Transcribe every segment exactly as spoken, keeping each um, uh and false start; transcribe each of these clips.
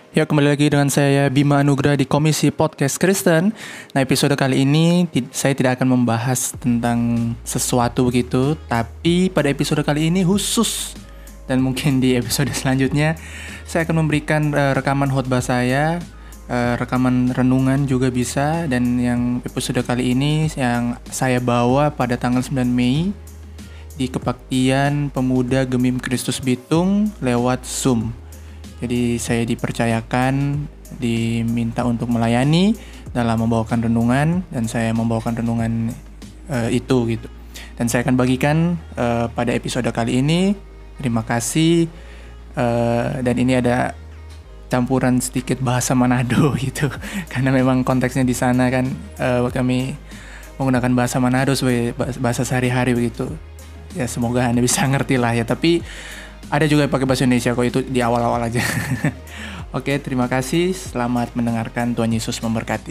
Ya, kembali lagi dengan saya Bima Anugrah di Komisi Podcast Kristen. Nah, episode kali ini ti- saya tidak akan membahas tentang sesuatu begitu, tapi pada episode kali ini khusus dan mungkin di episode selanjutnya saya akan memberikan eh, rekaman khotbah saya, eh, rekaman renungan juga bisa, dan yang episode kali ini yang saya bawa pada tanggal sembilan Mei di Kebaktian Pemuda Gemim Kristus Bitung lewat Zoom. Jadi saya dipercayakan, diminta untuk melayani dalam membawakan renungan, dan saya membawakan renungan uh, itu gitu. Dan saya akan bagikan uh, pada episode kali ini. Terima kasih. Uh, dan ini ada campuran sedikit bahasa Manado gitu, karena memang konteksnya di sana kan uh, kami menggunakan bahasa Manado sebagai bahasa sehari-hari begitu. Ya semoga Anda bisa ngerti lah ya. Tapi ada juga yang pakai bahasa Indonesia kok, itu di awal-awal aja. Oke, terima kasih. Selamat mendengarkan. Tuhan Yesus memberkati.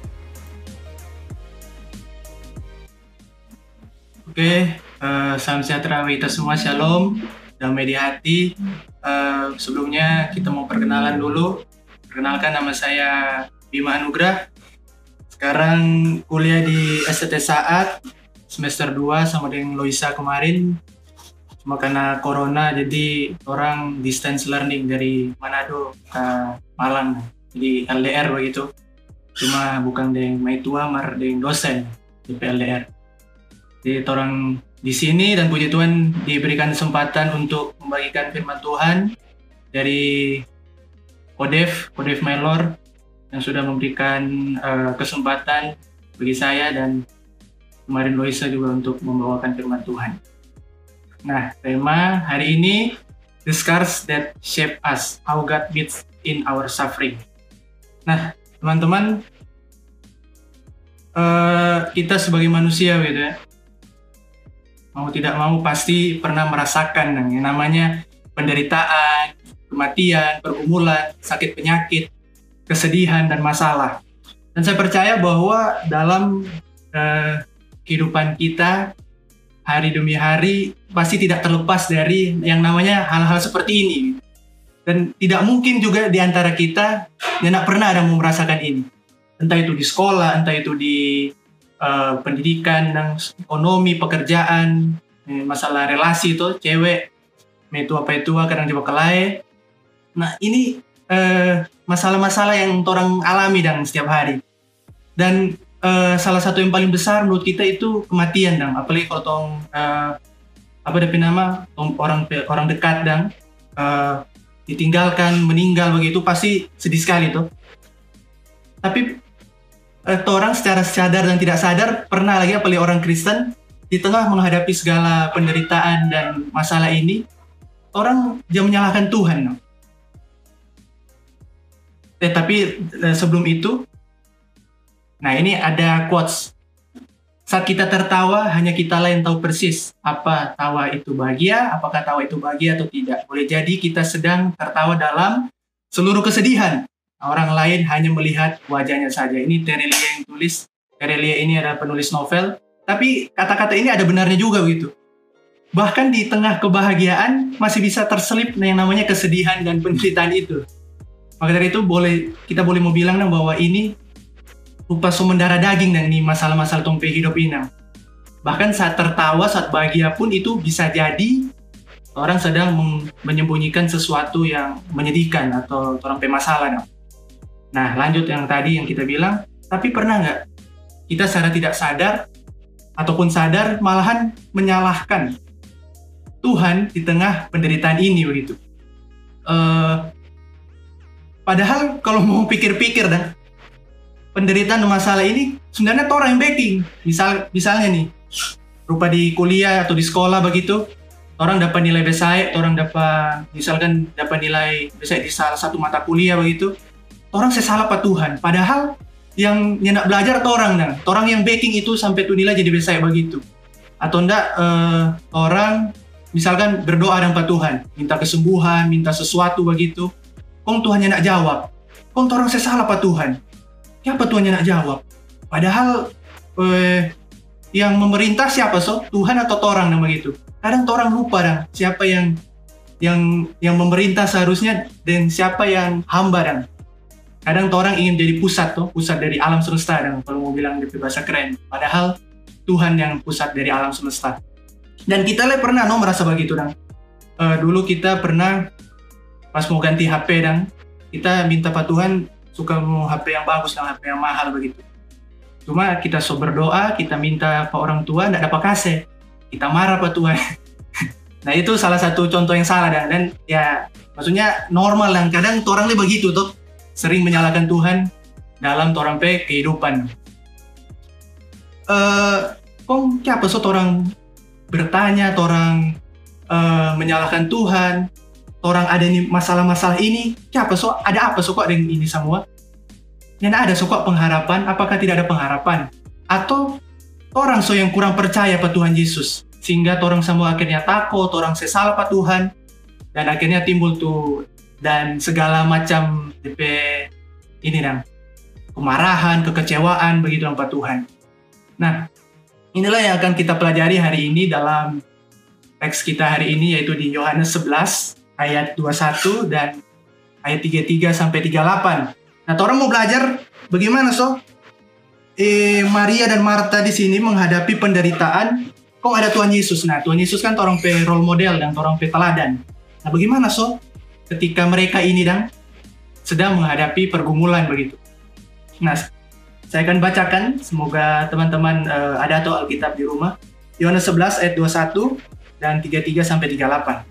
Oke, uh, salam sejahtera bagi kita semua. Shalom, damai di hati. Uh, sebelumnya kita mau perkenalan dulu. Perkenalkan, nama saya Bima Anugrah. Sekarang kuliah di S T T Saat semester dua sama dengan Loisa kemarin. Cuma karena corona jadi orang distance learning dari Manado ke Malang, jadi L D R begitu. Cuma bukan dengan maitua mar dengan dosen di P L D R. Jadi orang di sini, dan puji Tuhan diberikan kesempatan untuk membagikan firman Tuhan dari Kodev, Kodev Melor yang sudah memberikan uh, kesempatan bagi saya dan kemarin Loisa juga untuk membawakan firman Tuhan. Nah, tema hari ini, The Scars That Shape Us, How God Meets in Our Suffering. Nah, teman-teman, uh, kita sebagai manusia gitu ya, mau tidak mau pasti pernah merasakan yang namanya penderitaan, kematian, pergumulan, sakit penyakit, kesedihan, dan masalah. Dan saya percaya bahwa dalam uh, kehidupan kita, hari demi hari pasti tidak terlepas dari yang namanya hal-hal seperti ini. Dan tidak mungkin juga di antara kita yang tidak pernah ada mau merasakan ini. Entah itu di sekolah, entah itu di uh, pendidikan, dan ekonomi, pekerjaan, masalah relasi itu, cewek, itu apa itu, kadang coba kelai. Nah ini uh, masalah-masalah yang orang alami dan setiap hari. Dan Uh, salah satu yang paling besar menurut kita itu kematian, dang. Apalagi kalau tong uh, apa ada nama orang orang dekat, dang, uh, ditinggalkan, meninggal begitu, pasti sedih sekali tuh. Tapi uh, orang secara sadar dan tidak sadar pernah lagi, apalagi orang Kristen, di tengah menghadapi segala penderitaan dan masalah ini, orang jangan menyalahkan Tuhan. No? Eh, tapi uh, sebelum itu, nah ini ada quotes. Saat kita tertawa, hanya kitalah yang tahu persis apa tawa itu bahagia, apakah tawa itu bahagia atau tidak. Boleh jadi kita sedang tertawa dalam seluruh kesedihan. Orang lain hanya melihat wajahnya saja. Ini Terelia yang tulis. Terelia ini adalah penulis novel. Tapi kata-kata ini ada benarnya juga begitu. Bahkan di tengah kebahagiaan masih bisa terselip yang namanya kesedihan dan penderitaan itu. Maka dari itu boleh kita boleh mau bilang bahwa ini rupa sumen darah daging dan ini masalah-masalah tompe hidup ini. Bahkan saat tertawa, saat bahagia pun itu bisa jadi orang sedang menyembunyikan sesuatu yang menyedihkan atau orang pemasalah. Nah, lanjut yang tadi yang kita bilang, tapi pernah nggak kita secara tidak sadar ataupun sadar malahan menyalahkan Tuhan di tengah penderitaan ini begitu. Uh, padahal kalau mau pikir-pikir dah, penderitaan dan masalah ini sebenarnya orang yang backing. Misal, misalnya nih, rupa di kuliah atau di sekolah begitu, orang dapat nilai besar, orang dapat, misalkan dapat nilai besar di salah satu mata kuliah begitu, orang saya salah Pak Tuhan. Padahal yang nyendak belajar orang dan orang yang backing itu sampai tuh nilai jadi besar begitu. Atau enggak, uh, orang misalkan berdoa dan Pak Tuhan, minta kesembuhan, minta sesuatu begitu, kong Tuhan nyendak jawab, kong orang saya salah Pak Tuhan. Siapa Tuhan yang nak jawab? Padahal eh, yang memerintah siapa so? Tuhan atau orang nama gitu? Kadang orang lupa dah siapa yang yang yang memerintah seharusnya dan siapa yang hamba dan kadang orang ingin jadi pusat tuh, pusat dari alam semesta dan kalau mau bilang di bahasa keren. Padahal Tuhan yang pusat dari alam semesta. Dan kita le pernah no merasa begitu dan uh, dulu kita pernah pas mau ganti H P dan kita minta Pak Tuhan suka mau H P yang bagus dan H P yang mahal begitu. Cuma kita so berdoa, kita minta ke orang tua tidak dapat kasih, kita marah Pak Tuhan. Nah itu salah satu contoh yang salah dan, dan ya maksudnya normal dan kadang orang le begitu tuh sering menyalahkan Tuhan dalam orang pe kehidupan. Uh, kok siapa so orang bertanya, orang uh, menyalahkan Tuhan, orang ada nih masalah-masalah ini, siapa so ada apa so kok dengan ini semua? Yang ada so kok pengharapan? Apakah tidak ada pengharapan? Atau orang so yang kurang percaya pada Tuhan Yesus sehingga orang semua akhirnya takut, orang sesalah pada Tuhan dan akhirnya timbul tuh dan segala macam D P ini dong kemarahan, kekecewaan begitu pada Tuhan. Nah, inilah yang akan kita pelajari hari ini dalam teks kita hari ini yaitu di Yohanes sebelas ayat dua puluh satu dan ayat tiga puluh tiga sampai tiga puluh delapan. Nah, orang mau belajar bagaimana so eh, Maria dan Marta di sini menghadapi penderitaan kok ada Tuhan Yesus. Nah, Tuhan Yesus kan orang pe role model dan orang pe teladan. Nah, bagaimana so ketika mereka ini dan sedang menghadapi pergumulan begitu. Nah, saya akan bacakan, semoga teman-teman uh, ada atau Alkitab di rumah. Yohanes sebelas ayat dua puluh satu dan tiga puluh tiga sampai tiga puluh delapan.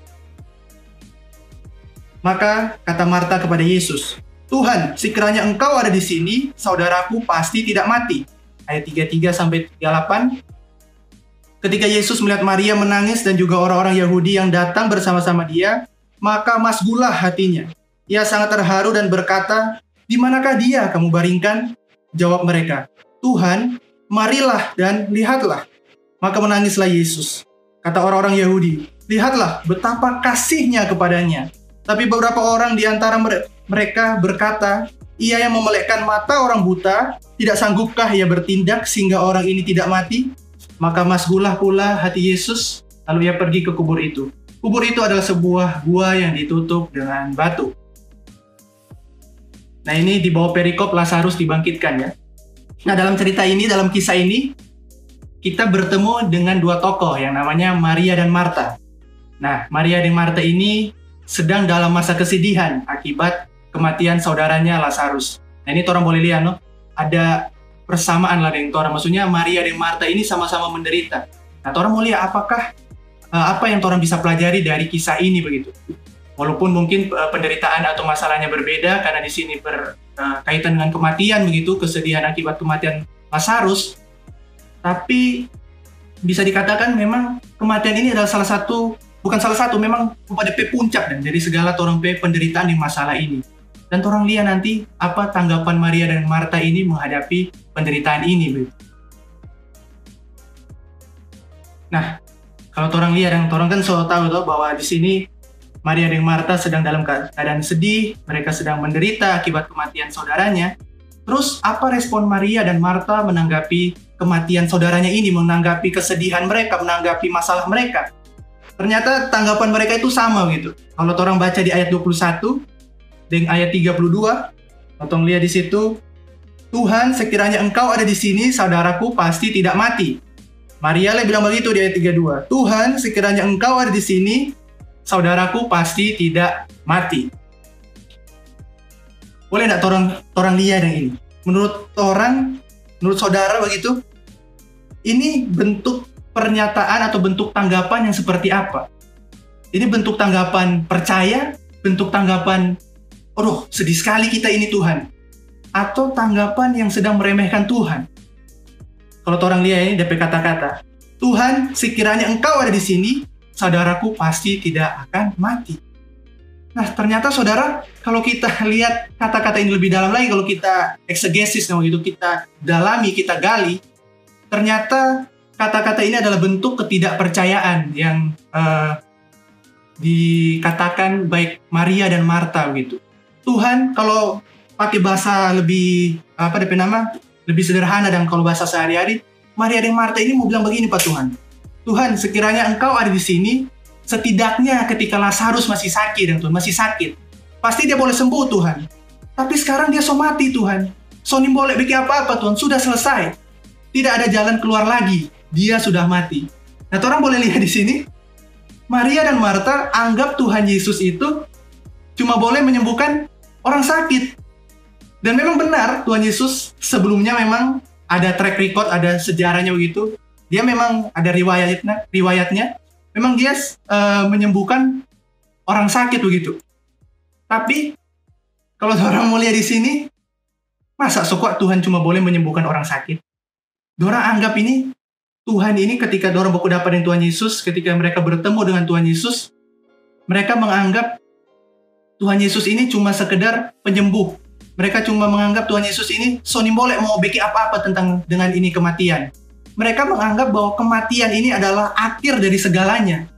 Maka kata Marta kepada Yesus, "Tuhan, sekiranya Engkau ada di sini, saudaraku pasti tidak mati." Ayat tiga puluh tiga sampai tiga puluh delapan. Ketika Yesus melihat Maria menangis dan juga orang-orang Yahudi yang datang bersama-sama dia, maka masgulah hatinya. Ia sangat terharu dan berkata, "Di manakah dia kamu baringkan?" Jawab mereka, "Tuhan, marilah dan lihatlah." Maka menangislah Yesus. Kata orang-orang Yahudi, "Lihatlah betapa kasihnya kepadanya." Tapi beberapa orang di antara mereka berkata, "Ia yang memelekkan mata orang buta, tidak sanggupkah ia bertindak sehingga orang ini tidak mati?" Maka masgulah pula hati Yesus, lalu ia pergi ke kubur itu. Kubur itu adalah sebuah gua yang ditutup dengan batu. Nah, ini di bawah perikop Lazarus dibangkitkan ya. Nah, dalam cerita ini, dalam kisah ini, kita bertemu dengan dua tokoh yang namanya Maria dan Marta. Nah, Maria dan Marta ini sedang dalam masa kesedihan akibat kematian saudaranya Lazarus. Nah, ini orang boleh lihat, no? Ada persamaan lah dengan orang. Maksudnya Maria dan Marta ini sama-sama menderita. Nah, orang mau lihat apakah uh, apa yang orang bisa pelajari dari kisah ini begitu. Walaupun mungkin uh, penderitaan atau masalahnya berbeda karena di sini berkaitan uh, dengan kematian begitu, kesedihan akibat kematian Lazarus, tapi bisa dikatakan memang kematian ini adalah salah satu, bukan salah satu, memang pada pe puncak dan dari segala orang pe penderitaan di masalah ini. Dan orang lihat nanti apa tanggapan Maria dan Marta ini menghadapi penderitaan ini begitu. Nah, kalau orang lihat dan orang kan selalu tahu tuh bahwa di sini Maria dan Marta sedang dalam keadaan sedih, mereka sedang menderita akibat kematian saudaranya. Terus apa respon Maria dan Marta menanggapi kematian saudaranya ini, menanggapi kesedihan mereka, menanggapi masalah mereka? Ternyata tanggapan mereka itu sama gitu. Kalau orang baca di ayat dua puluh satu dan ayat tiga puluh dua, orang lihat di situ, "Tuhan, sekiranya Engkau ada di sini, saudaraku pasti tidak mati." Maria le bilang begitu di ayat tiga puluh dua, "Tuhan, sekiranya Engkau ada di sini, saudaraku pasti tidak mati." Boleh enggak orang orang lihat yang ini? Menurut orang, menurut saudara begitu, ini bentuk pernyataan atau bentuk tanggapan yang seperti apa? Ini bentuk tanggapan percaya, bentuk tanggapan, "Aduh, sedih sekali kita ini Tuhan." Atau tanggapan yang sedang meremehkan Tuhan? Kalau orang lihat ini D P kata-kata, "Tuhan, sekiranya Engkau ada di sini, saudaraku pasti tidak akan mati." Nah, ternyata saudara, kalau kita lihat kata-kata ini lebih dalam lagi, kalau kita eksegesis, nah gitu, kita dalami, kita gali, ternyata kata-kata ini adalah bentuk ketidakpercayaan yang uh, dikatakan baik Maria dan Marta gitu. Tuhan, kalau pakai bahasa lebih apa D P nama, lebih sederhana dan kalau bahasa sehari-hari, Maria dan Marta ini mau bilang begini, Pak Tuhan. "Tuhan, sekiranya Engkau ada di sini, Setidaknya ketika Lazarus masih sakit, dan Tuhan, masih sakit, pasti dia boleh sembuh, Tuhan. Tapi sekarang dia so mati, Tuhan. So nim boleh bikin apa-apa, Tuhan. Sudah selesai. Tidak ada jalan keluar lagi. Dia sudah mati. Nah, orang boleh lihat di sini, Maria dan Marta anggap Tuhan Yesus itu cuma boleh menyembuhkan orang sakit. Dan memang benar, Tuhan Yesus sebelumnya memang ada track record, ada sejarahnya begitu. Dia memang ada riwayatnya, riwayatnya. Memang dia uh, menyembuhkan orang sakit begitu. Tapi kalau orang mau lihat di sini, masa sokok Tuhan cuma boleh menyembuhkan orang sakit? Dorang anggap ini Tuhan ini ketika dorang berhadapan dengan Tuhan Yesus, ketika mereka bertemu dengan Tuhan Yesus, mereka menganggap Tuhan Yesus ini cuma sekedar penyembuh. Mereka cuma menganggap Tuhan Yesus ini soni boleh mau bikin apa-apa tentang dengan ini kematian. Mereka menganggap bahwa kematian ini adalah akhir dari segalanya.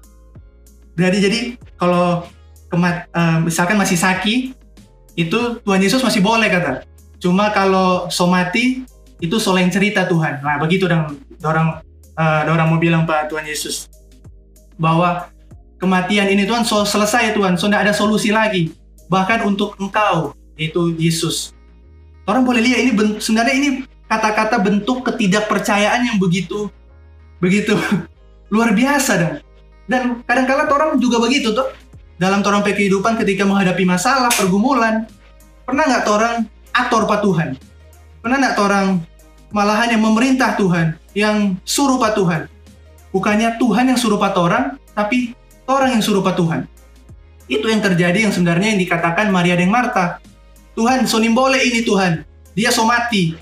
Jadi, jadi kalau kemat, uh, misalkan masih sakit, itu Tuhan Yesus masih boleh kata. Cuma kalau so mati, itu so lain cerita Tuhan. Nah begitu dong, orang uh, orang mau bilang Pak Tuhan Yesus bahwa kematian ini Tuhan so selesai Tuhan, so tidak ada solusi lagi. Bahkan untuk Engkau, yaitu Yesus. Orang boleh lihat ini sebenarnya ini kata-kata bentuk ketidakpercayaan yang begitu begitu luar biasa dan dan kadang-kadang orang juga begitu tuh dalam orang kehidupan ketika menghadapi masalah pergumulan. Pernah nggak orang ator Pak Tuhan? Pernah nggak orang malahan yang memerintah Tuhan, yang suruh Pak Tuhan? Bukannya Tuhan yang suruh Pak orang, tapi orang yang suruh Pak Tuhan. Itu yang terjadi yang sebenarnya yang dikatakan Maria dan Marta. Tuhan, so boleh ini Tuhan. Dia so mati.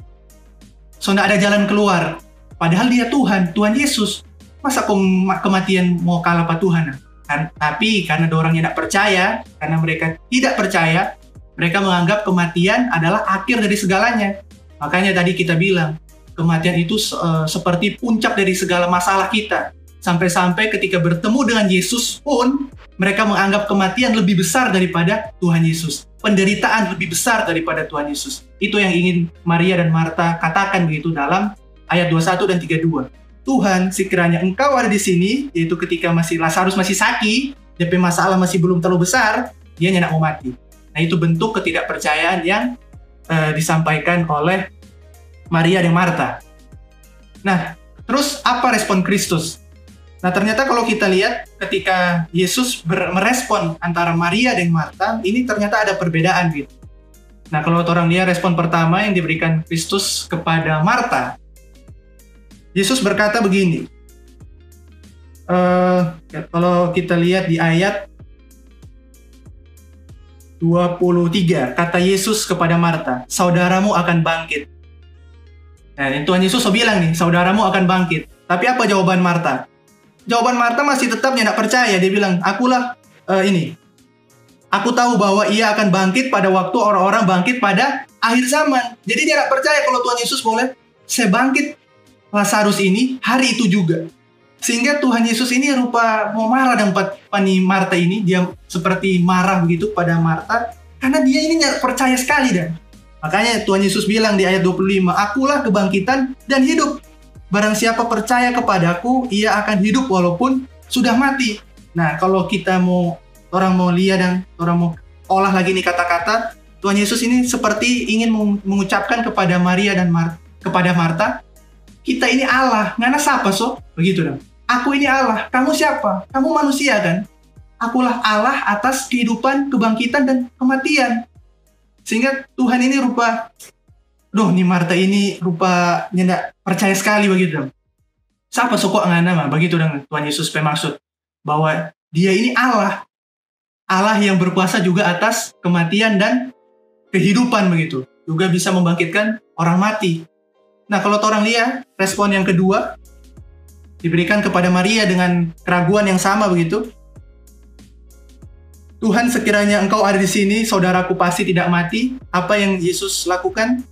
So tidak ada jalan keluar. Padahal dia Tuhan, Tuhan Yesus. Masa kematian mau kalah Pak Tuhan? Kan? Tapi karena orang yang tidak percaya, karena mereka tidak percaya, mereka menganggap kematian adalah akhir dari segalanya. Makanya tadi kita bilang, kematian itu uh, seperti puncak dari segala masalah kita. Sampai-sampai ketika bertemu dengan Yesus pun, mereka menganggap kematian lebih besar daripada Tuhan Yesus. Penderitaan lebih besar daripada Tuhan Yesus. Itu yang ingin Maria dan Marta katakan begitu dalam ayat dua puluh satu dan tiga puluh dua. Tuhan, sekiranya Engkau ada di sini, yaitu ketika masih Lazarus masih sakit, D P masalah masih belum terlalu besar, dia tidak mau mati. Nah itu bentuk ketidakpercayaan yang uh, disampaikan oleh Maria dan Marta. Nah, terus apa respon Kristus? Nah ternyata kalau kita lihat ketika Yesus ber- merespon antara Maria dan Marta, ini ternyata ada perbedaan gitu. Nah kalau orang lihat respon pertama yang diberikan Kristus kepada Marta, Yesus berkata begini. Uh, ya, kalau kita lihat di ayat dua puluh tiga, kata Yesus kepada Marta, saudaramu akan bangkit. Nah Tuhan Yesus so bilang nih, saudaramu akan bangkit. Tapi apa jawaban Marta? Jawaban Marta masih tetap tidak percaya. Dia bilang, akulah uh, ini. Aku tahu bahwa ia akan bangkit pada waktu orang-orang bangkit pada akhir zaman. Jadi dia tidak percaya kalau Tuhan Yesus boleh saya bangkit Lazarus ini hari itu juga. Sehingga Tuhan Yesus ini rupa mau marah dan pani Marta ini. Dia seperti marah begitu pada Marta. Karena dia ini tidak percaya sekali dan. Makanya Tuhan Yesus bilang di ayat dua puluh lima, akulah kebangkitan dan hidup. Barang siapa percaya kepadaku, ia akan hidup walaupun sudah mati. Nah, kalau kita mau, orang mau lihat dan orang mau olah lagi nih kata-kata, Tuhan Yesus ini seperti ingin mengucapkan kepada Maria dan Mar- kepada Marta, kita ini Allah, ngana siapa so? Begitu dong. Aku ini Allah, kamu siapa? Kamu manusia kan? Akulah Allah atas kehidupan, kebangkitan, dan kematian. Sehingga Tuhan ini rupa... Duh, nih Marta ini rupa nyendak percaya sekali begitu dong. Siapa sokok ngana mah begitu dong Tuhan Yesus bermaksud bahwa dia ini Allah. Allah yang berkuasa juga atas kematian dan kehidupan begitu. Juga bisa membangkitkan orang mati. Nah, kalau orang lihat respon yang kedua diberikan kepada Maria dengan keraguan yang sama begitu. Tuhan, sekiranya Engkau ada di sini, saudaraku pasti tidak mati. Apa yang Yesus lakukan?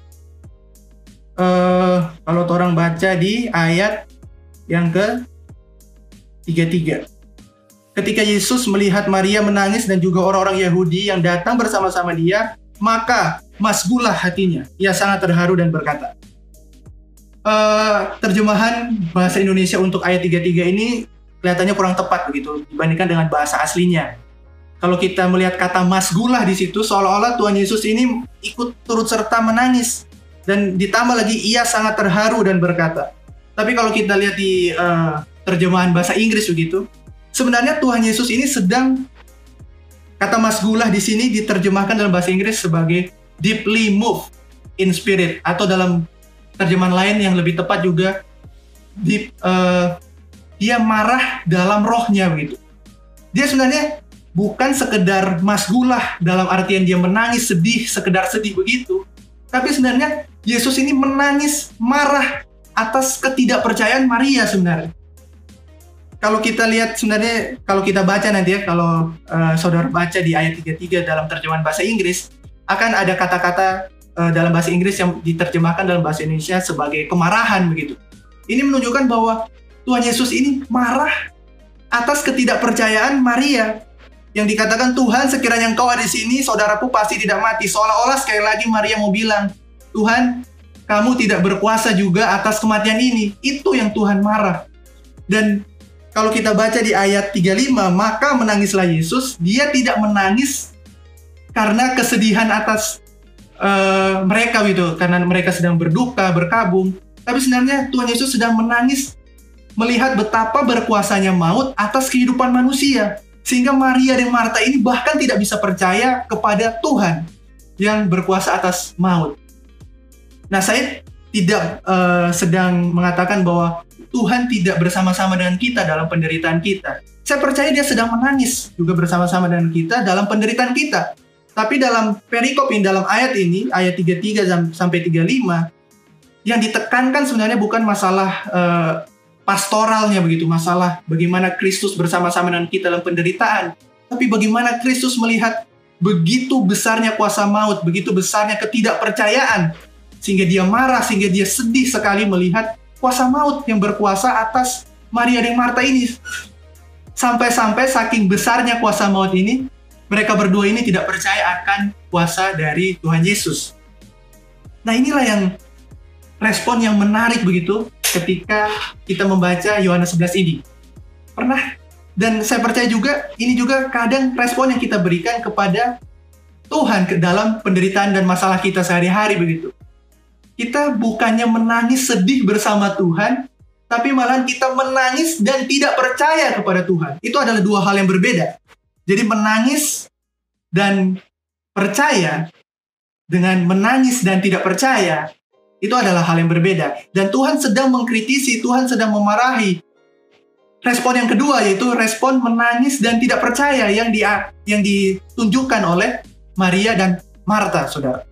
Uh, kalau orang baca di ayat yang ke tiga puluh tiga. Ketika Yesus melihat Maria menangis dan juga orang-orang Yahudi yang datang bersama-sama dia, maka masgulah hatinya. Ia sangat terharu dan berkata. Uh, terjemahan bahasa Indonesia untuk ayat tiga puluh tiga ini kelihatannya kurang tepat begitu dibandingkan dengan bahasa aslinya. Kalau kita melihat kata masgulah di situ, seolah-olah Tuhan Yesus ini ikut turut serta menangis. Dan ditambah lagi, ia sangat terharu dan berkata. Tapi kalau kita lihat di uh, terjemahan bahasa Inggris begitu, sebenarnya Tuhan Yesus ini sedang, kata masgulah di sini diterjemahkan dalam bahasa Inggris sebagai deeply moved in spirit, atau dalam terjemahan lain yang lebih tepat juga, deep, uh, dia marah dalam rohnya begitu. Dia sebenarnya bukan sekedar masgulah dalam artian dia menangis, sedih, sekedar sedih begitu. Tapi sebenarnya Yesus ini menangis, marah atas ketidakpercayaan Maria sebenarnya. Kalau kita lihat sebenarnya, kalau kita baca nanti ya, kalau uh, saudara baca di ayat tiga puluh tiga dalam terjemahan bahasa Inggris, akan ada kata-kata uh, dalam bahasa Inggris yang diterjemahkan dalam bahasa Indonesia sebagai kemarahan begitu. Ini menunjukkan bahwa Tuhan Yesus ini marah atas ketidakpercayaan Maria. Yang dikatakan, Tuhan, sekiranya Engkau ada di sini, saudaraku pasti tidak mati. Seolah-olah sekali lagi Maria mau bilang, Tuhan, kamu tidak berkuasa juga atas kematian ini. Itu yang Tuhan marah. Dan kalau kita baca di ayat tiga puluh lima, maka menangislah Yesus. Dia tidak menangis karena kesedihan atas uh, mereka gitu, karena mereka sedang berduka, berkabung. Tapi sebenarnya Tuhan Yesus sedang menangis melihat betapa berkuasanya maut atas kehidupan manusia. Sehingga Maria dan Marta ini bahkan tidak bisa percaya kepada Tuhan yang berkuasa atas maut. Nah, saya tidak uh, sedang mengatakan bahwa Tuhan tidak bersama-sama dengan kita dalam penderitaan kita. Saya percaya dia sedang menangis juga bersama-sama dengan kita dalam penderitaan kita. Tapi dalam perikop ini, dalam ayat ini, ayat tiga puluh tiga sampai tiga puluh lima, yang ditekankan sebenarnya bukan masalah uh, pastoralnya begitu, masalah bagaimana Kristus bersama-sama dengan kita dalam penderitaan, tapi bagaimana Kristus melihat begitu besarnya kuasa maut, begitu besarnya ketidakpercayaan, sehingga dia marah, sehingga dia sedih sekali melihat kuasa maut yang berkuasa atas Maria dan Marta ini. Sampai-sampai saking besarnya kuasa maut ini, mereka berdua ini tidak percaya akan kuasa dari Tuhan Yesus. Nah, inilah yang respon yang menarik begitu ketika kita membaca Yohanes sebelas ini. Pernah, dan saya percaya juga, ini juga kadang respon yang kita berikan kepada Tuhan ke dalam penderitaan dan masalah kita sehari-hari begitu. Kita bukannya menangis sedih bersama Tuhan, tapi malahan kita menangis dan tidak percaya kepada Tuhan. Itu adalah dua hal yang berbeda. Jadi menangis dan percaya dengan menangis dan tidak percaya, itu adalah hal yang berbeda. Dan Tuhan sedang mengkritisi, Tuhan sedang memarahi. Respon yang kedua yaitu respon menangis dan tidak percaya yang di, yang ditunjukkan oleh Maria dan Marta, saudara.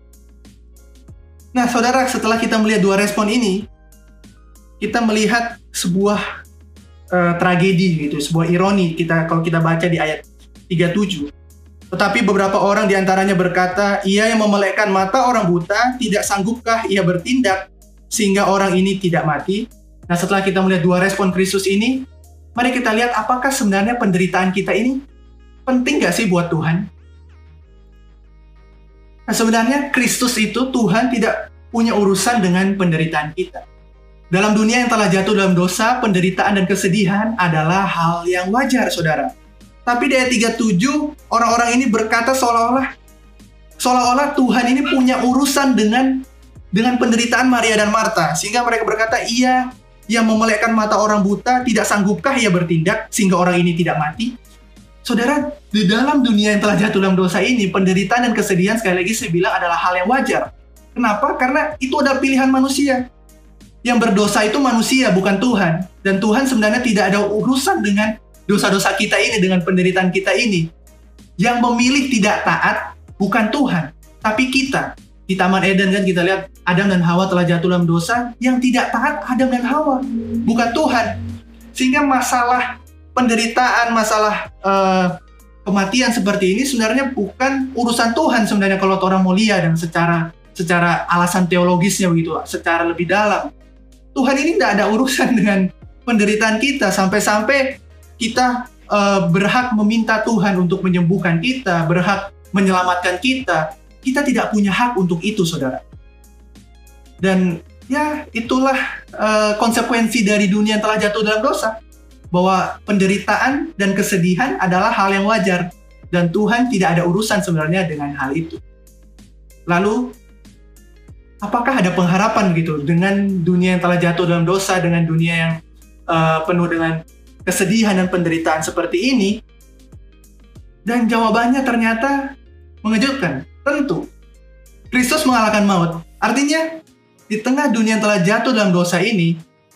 Nah, saudara, setelah kita melihat dua respon ini, kita melihat sebuah uh, tragedi gitu, sebuah ironi. Kita kalau kita baca di ayat tiga puluh tujuh. Tetapi beberapa orang diantaranya berkata, ia yang memelekkan mata orang buta, tidak sanggupkah ia bertindak sehingga orang ini tidak mati? Nah, setelah kita melihat dua respon Kristus ini, mari kita lihat apakah sebenarnya penderitaan kita ini penting gak sih buat Tuhan? Nah, sebenarnya Kristus itu, Tuhan tidak punya urusan dengan penderitaan kita. Dalam dunia yang telah jatuh dalam dosa, penderitaan dan kesedihan adalah hal yang wajar, saudara. Tapi di ayat tiga puluh tujuh, orang-orang ini berkata seolah-olah seolah-olah Tuhan ini punya urusan dengan dengan penderitaan Maria dan Marta. Sehingga mereka berkata, ia yang memelekkan mata orang buta, tidak sanggupkah ia bertindak sehingga orang ini tidak mati? Saudara, di dalam dunia yang telah jatuh dalam dosa ini, penderitaan dan kesedihan sekali lagi saya bilang adalah hal yang wajar. Kenapa? Karena itu adalah pilihan manusia. Yang berdosa itu manusia, bukan Tuhan. Dan Tuhan sebenarnya tidak ada urusan dengan dosa-dosa kita ini, dengan penderitaan kita ini. Yang memilih tidak taat bukan Tuhan, tapi kita. Di Taman Eden kan kita lihat Adam dan Hawa telah jatuh dalam dosa. Yang tidak taat Adam dan Hawa, bukan Tuhan. Sehingga masalah penderitaan, masalah uh, kematian seperti ini sebenarnya bukan urusan Tuhan sebenarnya kalau orang mau lihat dan secara secara alasan teologisnya begitu, secara lebih dalam. Tuhan ini tidak ada urusan dengan penderitaan kita, sampai-sampai kita uh, berhak meminta Tuhan untuk menyembuhkan kita, berhak menyelamatkan kita. Kita tidak punya hak untuk itu, saudara. Dan ya, itulah uh, konsekuensi dari dunia yang telah jatuh dalam dosa. bahwa penderitaan dan kesedihan adalah hal yang wajar, dan Tuhan tidak ada urusan sebenarnya dengan hal itu. Lalu, apakah ada pengharapan gitu dengan dunia yang telah jatuh dalam dosa, dengan dunia yang uh, penuh dengan kesedihan dan penderitaan seperti ini? Dan jawabannya ternyata mengejutkan. Tentu, Kristus mengalahkan maut. Artinya, di tengah dunia yang telah jatuh dalam dosa ini,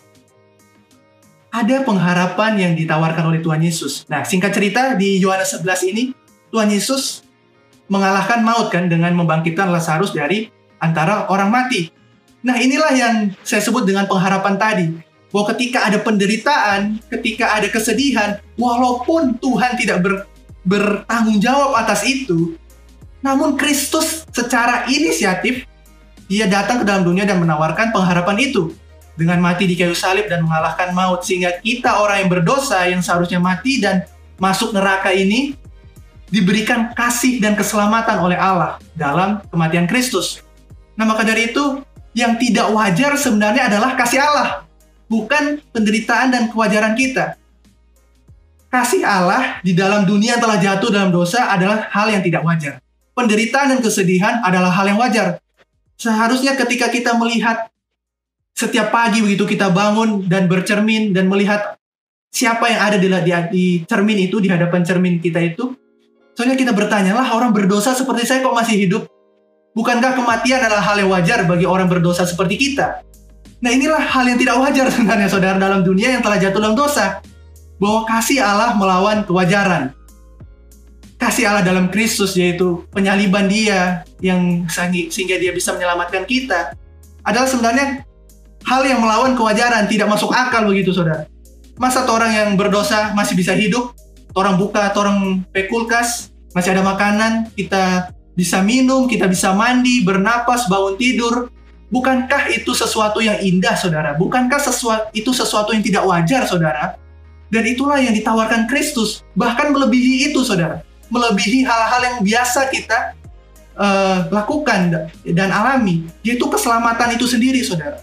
ada pengharapan yang ditawarkan oleh Tuhan Yesus. Nah, singkat cerita, di Yohanes sebelas ini, Tuhan Yesus mengalahkan maut kan dengan membangkitkan Lazarus dari antara orang mati. Nah, inilah yang saya sebut dengan pengharapan tadi. Bahwa ketika ada penderitaan, ketika ada kesedihan, walaupun Tuhan tidak ber, bertanggung jawab atas itu, namun Kristus secara inisiatif, dia datang ke dalam dunia dan menawarkan pengharapan itu. Dengan mati di kayu salib dan mengalahkan maut. Sehingga kita orang yang berdosa, yang seharusnya mati dan masuk neraka ini, diberikan kasih dan keselamatan oleh Allah dalam kematian Kristus. Nah, maka dari itu, yang tidak wajar sebenarnya adalah kasih Allah, bukan penderitaan dan kewajaran kita. Kasih Allah di dalam dunia yang telah jatuh dalam dosa adalah hal yang tidak wajar. Penderitaan dan kesedihan adalah hal yang wajar. Seharusnya ketika kita melihat setiap pagi begitu kita bangun dan bercermin dan melihat siapa yang ada di, di, di cermin itu, di hadapan cermin kita itu, soalnya kita bertanya, lah orang berdosa seperti saya kok masih hidup? Bukankah kematian adalah hal yang wajar bagi orang berdosa seperti kita? Nah, inilah hal yang tidak wajar sebenarnya, saudara, dalam dunia yang telah jatuh dalam dosa. Bahwa kasih Allah melawan kewajaran. Kasih Allah dalam Kristus, yaitu penyaliban dia, yang sehingga dia bisa menyelamatkan kita, adalah sebenarnya hal yang melawan kewajaran, tidak masuk akal begitu, saudara. Masa orang yang berdosa masih bisa hidup, orang buka, orang pe kulkas, masih ada makanan, kita bisa minum, kita bisa mandi, bernapas, bangun tidur. Bukankah itu sesuatu yang indah, saudara? Bukankah sesuatu, itu sesuatu yang tidak wajar, saudara? Dan itulah yang ditawarkan Kristus. Bahkan melebihi itu, saudara. Melebihi hal-hal yang biasa kita uh, lakukan dan alami. Yaitu keselamatan itu sendiri, saudara.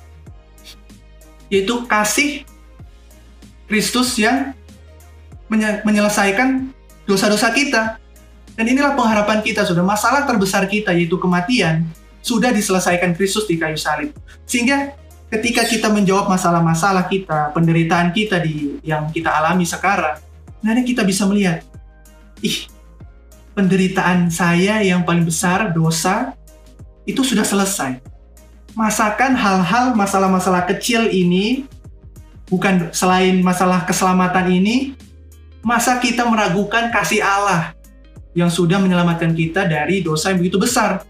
Yaitu kasih Kristus yang menye- menyelesaikan dosa-dosa kita. Dan inilah pengharapan kita, saudara. Masalah terbesar kita, yaitu kematian, sudah diselesaikan Kristus di kayu salib. Sehingga ketika kita menjawab masalah-masalah kita, penderitaan kita di yang kita alami sekarang, nanti kita bisa melihat, ih, penderitaan saya yang paling besar, dosa, itu sudah selesai. Masakan hal-hal, masalah-masalah kecil ini, bukan selain masalah keselamatan ini, masa kita meragukan kasih Allah yang sudah menyelamatkan kita dari dosa yang begitu besar.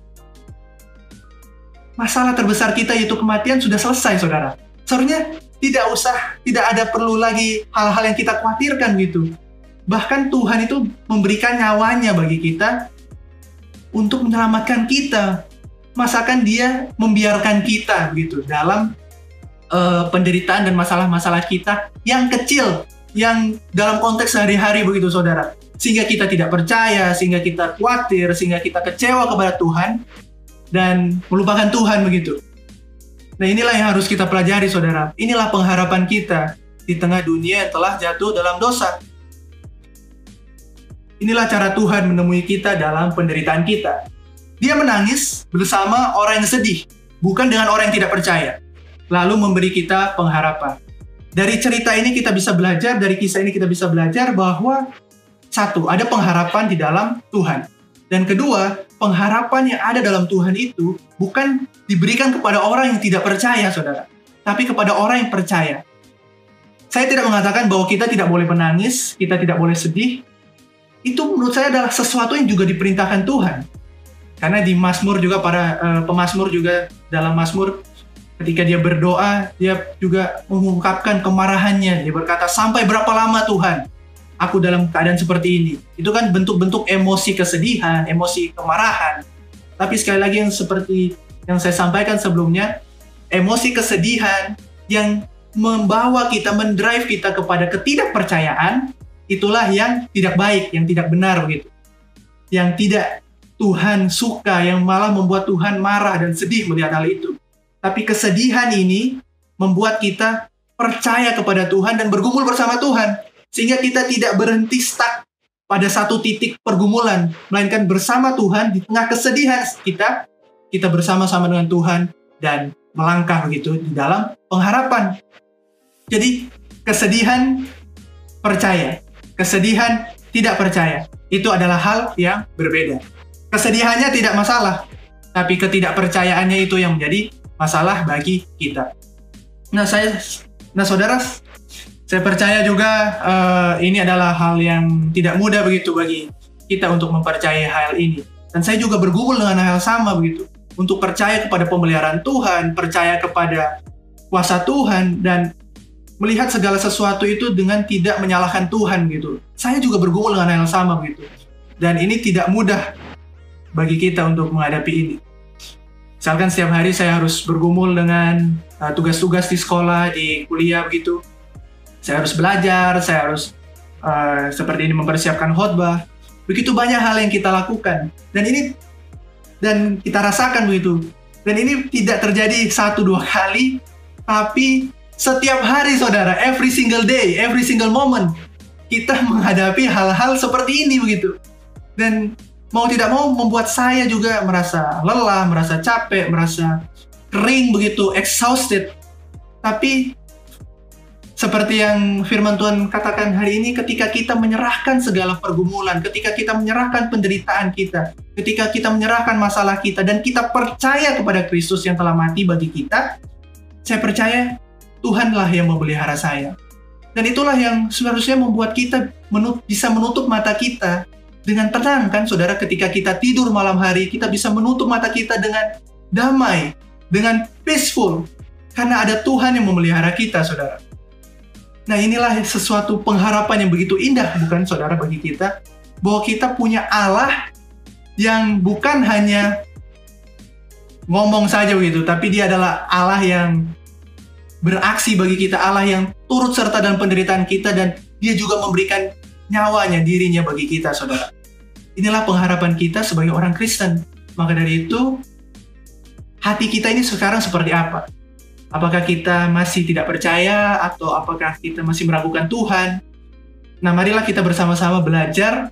Masalah terbesar kita yaitu kematian sudah selesai, saudara. Seharusnya tidak usah, tidak ada perlu lagi hal-hal yang kita khawatirkan gitu. Bahkan Tuhan itu memberikan nyawanya bagi kita untuk menyelamatkan kita. Masakan dia membiarkan kita begitu dalam uh, penderitaan dan masalah-masalah kita yang kecil, yang dalam konteks sehari-hari begitu, saudara. Sehingga kita tidak percaya, sehingga kita khawatir, sehingga kita kecewa kepada Tuhan dan melupakan Tuhan begitu. Nah, inilah yang harus kita pelajari, saudara. Inilah pengharapan kita di tengah dunia yang telah jatuh dalam dosa. Inilah cara Tuhan menemui kita dalam penderitaan kita. Dia menangis bersama orang yang sedih, bukan dengan orang yang tidak percaya. Lalu memberi kita pengharapan. Dari cerita ini kita bisa belajar, dari kisah ini kita bisa belajar bahwa satu, ada pengharapan di dalam Tuhan. Dan kedua, pengharapan yang ada dalam Tuhan itu bukan diberikan kepada orang yang tidak percaya, saudara, tapi kepada orang yang percaya. Saya tidak mengatakan bahwa kita tidak boleh menangis, kita tidak boleh sedih. Itu menurut saya adalah sesuatu yang juga diperintahkan Tuhan. Karena di Mazmur juga, para uh, pemazmur juga dalam Mazmur, ketika dia berdoa, dia juga mengungkapkan kemarahannya. Dia berkata, sampai berapa lama Tuhan aku dalam keadaan seperti ini? Itu kan bentuk-bentuk emosi kesedihan, emosi kemarahan. Tapi sekali lagi yang seperti yang saya sampaikan sebelumnya, emosi kesedihan yang membawa kita, mendrive kita kepada ketidakpercayaan, itulah yang tidak baik, yang tidak benar begitu. Yang tidak Tuhan suka, yang malah membuat Tuhan marah dan sedih melihat hal itu. Tapi kesedihan ini membuat kita percaya kepada Tuhan dan bergumul bersama Tuhan. Sehingga kita tidak berhenti stuck pada satu titik pergumulan, melainkan bersama Tuhan di tengah kesedihan kita, kita bersama-sama dengan Tuhan dan melangkah begitu di dalam pengharapan. Jadi kesedihan percaya, kesedihan tidak percaya, itu adalah hal yang berbeda. Kesedihannya tidak masalah, tapi ketidakpercayaannya itu yang menjadi masalah bagi kita. Nah, saya, nah saudara, saya percaya juga uh, ini adalah hal yang tidak mudah begitu bagi kita untuk mempercayai hal ini. Dan saya juga bergumul dengan hal sama begitu, untuk percaya kepada pemeliharaan Tuhan, percaya kepada kuasa Tuhan, dan melihat segala sesuatu itu dengan tidak menyalahkan Tuhan gitu. Saya juga bergumul dengan hal sama begitu. Dan ini tidak mudah bagi kita untuk menghadapi ini. Misalkan setiap hari saya harus bergumul dengan uh, tugas-tugas di sekolah, di kuliah begitu. Saya harus belajar, saya harus uh, seperti ini mempersiapkan khotbah. Begitu banyak hal yang kita lakukan. Dan ini dan kita rasakan begitu. Dan ini tidak terjadi satu dua kali, tapi setiap hari saudara, every single day, every single moment, kita menghadapi hal-hal seperti ini begitu. Dan mau tidak mau membuat saya juga merasa lelah, merasa capek, merasa kering begitu, exhausted. Tapi seperti yang firman Tuhan katakan hari ini, ketika kita menyerahkan segala pergumulan, ketika kita menyerahkan penderitaan kita, ketika kita menyerahkan masalah kita, dan kita percaya kepada Kristus yang telah mati bagi kita, saya percaya Tuhanlah yang memelihara saya. Dan itulah yang seharusnya membuat kita menut- bisa menutup mata kita dengan tenang, kan saudara. Ketika kita tidur malam hari, kita bisa menutup mata kita dengan damai, dengan peaceful, karena ada Tuhan yang memelihara kita, saudara. Nah, inilah sesuatu pengharapan yang begitu indah, bukan saudara, bagi kita, bahwa kita punya Allah yang bukan hanya ngomong saja begitu, tapi dia adalah Allah yang beraksi bagi kita, Allah yang turut serta dalam penderitaan kita, dan dia juga memberikan nyawanya, dirinya bagi kita, saudara. Inilah pengharapan kita sebagai orang Kristen. Maka dari itu, hati kita ini sekarang seperti apa? Apakah kita masih tidak percaya, atau apakah kita masih meragukan Tuhan? Nah, marilah kita bersama-sama belajar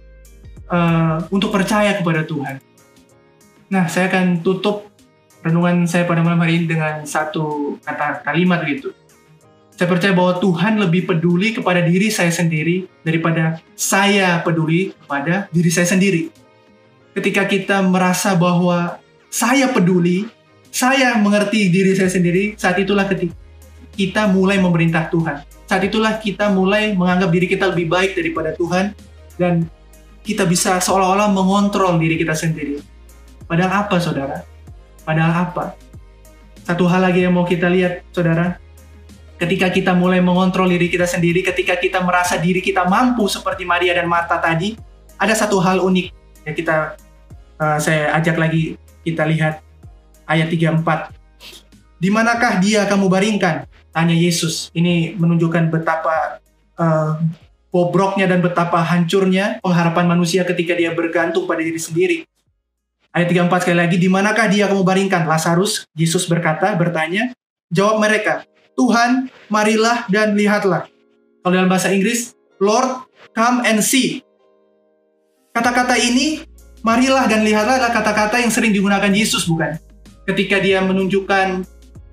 uh, untuk percaya kepada Tuhan. Nah, saya akan tutup renungan saya pada malam hari ini dengan satu kata kalimat gitu. Saya percaya bahwa Tuhan lebih peduli kepada diri saya sendiri daripada saya peduli kepada diri saya sendiri. Ketika kita merasa bahwa saya peduli, saya mengerti diri saya sendiri, saat itulah ketika kita mulai memerintah Tuhan. Saat itulah kita mulai menganggap diri kita lebih baik daripada Tuhan, dan kita bisa seolah-olah mengontrol diri kita sendiri. Padahal apa, saudara? Padahal apa? Satu hal lagi yang mau kita lihat, saudara. Ketika kita mulai mengontrol diri kita sendiri, ketika kita merasa diri kita mampu seperti Maria dan Marta tadi, ada satu hal unik yang kita uh, saya ajak lagi kita lihat ayat tiga puluh empat. Di manakah dia kamu baringkan? Tanya Yesus. Ini menunjukkan betapa uh, bobroknya dan betapa hancurnya pengharapan manusia ketika dia bergantung pada diri sendiri. Ayat tiga puluh empat sekali lagi, di manakah dia kamu baringkan? Lazarus. Yesus berkata, bertanya, jawab mereka, Tuhan, marilah dan lihatlah. Kalau dalam bahasa Inggris, Lord, come and see. Kata-kata ini, marilah dan lihatlah, adalah kata-kata yang sering digunakan Yesus, bukan? Ketika dia menunjukkan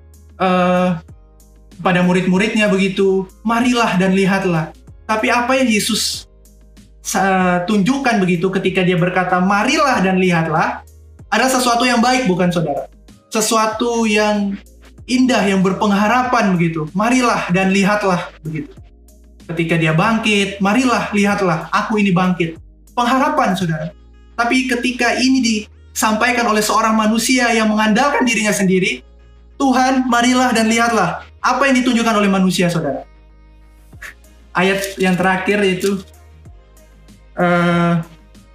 uh, pada murid-muridnya begitu, marilah dan lihatlah. Tapi apa yang Yesus uh, tunjukkan begitu ketika dia berkata, marilah dan lihatlah, ada sesuatu yang baik, bukan saudara? Sesuatu yang indah, yang berpengharapan begitu. Marilah dan lihatlah begitu. Ketika dia bangkit, marilah lihatlah, aku ini bangkit. Pengharapan, saudara. Tapi ketika ini disampaikan oleh seorang manusia yang mengandalkan dirinya sendiri, Tuhan, marilah dan lihatlah. Apa yang ditunjukkan oleh manusia, saudara? Ayat yang terakhir itu uh,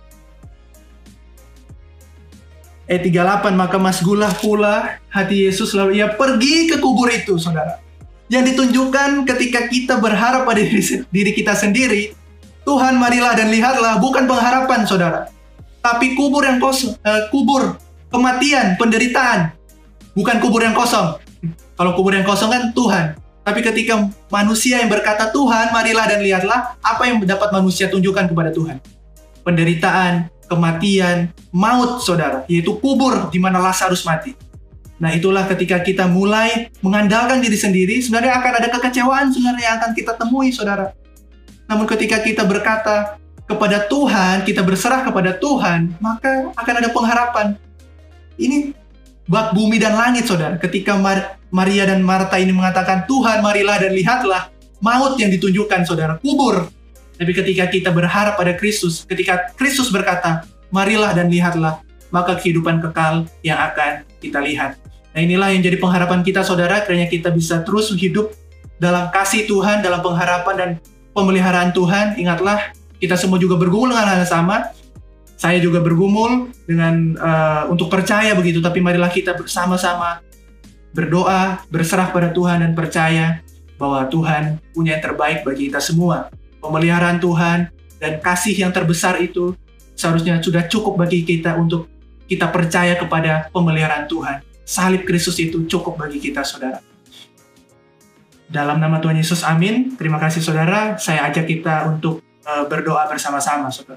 ayat tiga puluh delapan, maka masgulah pula hati Yesus, lalu ia pergi ke kubur itu, saudara. Yang ditunjukkan ketika kita berharap pada diri, diri kita sendiri, Tuhan marilah dan lihatlah, bukan pengharapan, saudara. Tapi kubur yang kosong, uh, kubur kematian, penderitaan. Bukan kubur yang kosong. Kalau kubur yang kosong kan Tuhan. Tapi ketika manusia yang berkata, Tuhan, marilah dan lihatlah, apa yang dapat manusia tunjukkan kepada Tuhan? Penderitaan, kematian, maut, saudara, yaitu kubur di mana Lazarus mati. Nah, itulah ketika kita mulai mengandalkan diri sendiri, sebenarnya akan ada kekecewaan sebenarnya yang akan kita temui, saudara. Namun ketika kita berkata kepada Tuhan, kita berserah kepada Tuhan, maka akan ada pengharapan. Ini bak bumi dan langit, saudara. Ketika Mar Maria dan Marta ini mengatakan, Tuhan, marilah dan lihatlah, maut yang ditunjukkan, saudara, kubur. Tapi ketika kita berharap pada Kristus, ketika Kristus berkata, marilah dan lihatlah, maka kehidupan kekal yang akan kita lihat. Nah, inilah yang jadi pengharapan kita, saudara, kiranya kita bisa terus hidup dalam kasih Tuhan, dalam pengharapan dan pemeliharaan Tuhan. Ingatlah, kita semua juga bergumul dengan hal yang sama. Saya juga bergumul dengan uh, untuk percaya begitu, tapi marilah kita bersama-sama berdoa, berserah pada Tuhan dan percaya bahwa Tuhan punya yang terbaik bagi kita semua. Pemeliharaan Tuhan dan kasih yang terbesar itu seharusnya sudah cukup bagi kita untuk kita percaya kepada pemeliharaan Tuhan. Salib Kristus itu cukup bagi kita, saudara. Dalam nama Tuhan Yesus, amin. Terima kasih, saudara. Saya ajak kita untuk uh, berdoa bersama-sama, saudara.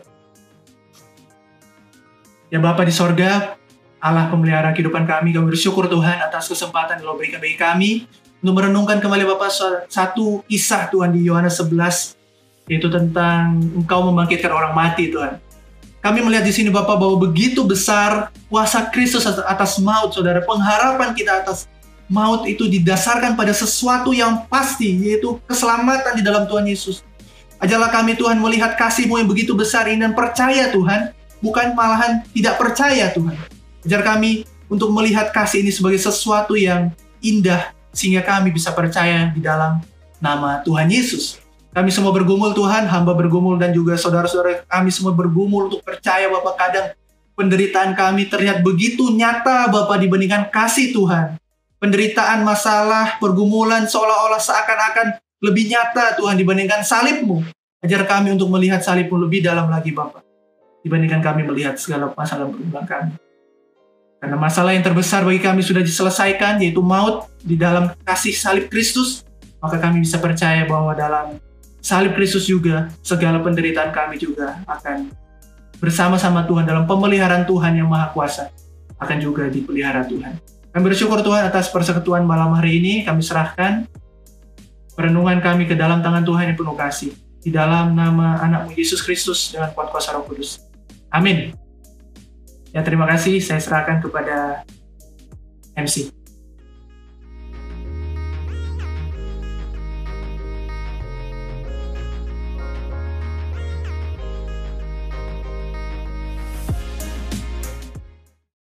Ya Bapa di sorga, Allah pemelihara kehidupan kami, kami bersyukur Tuhan atas kesempatan yang Lo berikan bagi kami untuk merenungkan kembali Bapa satu kisah Tuhan di Yohanes sebelas, yaitu tentang Engkau membangkitkan orang mati, Tuhan. Kami melihat di sini Bapa bahwa begitu besar kuasa Kristus atas maut, saudara. Pengharapan kita atas maut itu didasarkan pada sesuatu yang pasti, yaitu keselamatan di dalam Tuhan Yesus. Ajarlah kami Tuhan melihat kasih-Mu yang begitu besar ini dan percaya Tuhan, bukan malahan tidak percaya Tuhan. Ajar kami untuk melihat kasih ini sebagai sesuatu yang indah, sehingga kami bisa percaya di dalam nama Tuhan Yesus. Kami semua bergumul Tuhan, hamba bergumul dan juga saudara-saudara kami semua bergumul untuk percaya Bapak, kadang penderitaan kami terlihat begitu nyata Bapak dibandingkan kasih Tuhan. Penderitaan, masalah, pergumulan seolah-olah seakan-akan lebih nyata Tuhan dibandingkan salib-Mu. Ajar kami untuk melihat salib-Mu lebih dalam lagi Bapak, dibandingkan kami melihat segala masalah berulang kami. Karena masalah yang terbesar bagi kami sudah diselesaikan, yaitu maut di dalam kasih salib Kristus, maka kami bisa percaya bahwa dalam salib Kristus juga segala penderitaan kami juga akan bersama-sama Tuhan dalam pemeliharaan Tuhan yang Maha Kuasa akan juga dipelihara Tuhan. Kami bersyukur Tuhan atas persekutuan malam hari ini. Kami serahkan perenungan kami ke dalam tangan Tuhan yang penuh kasih. Di dalam nama anak-Mu Yesus Kristus dengan kuat kuasa Roh Kudus. Amin. Ya, terima kasih. Saya serahkan kepada M C.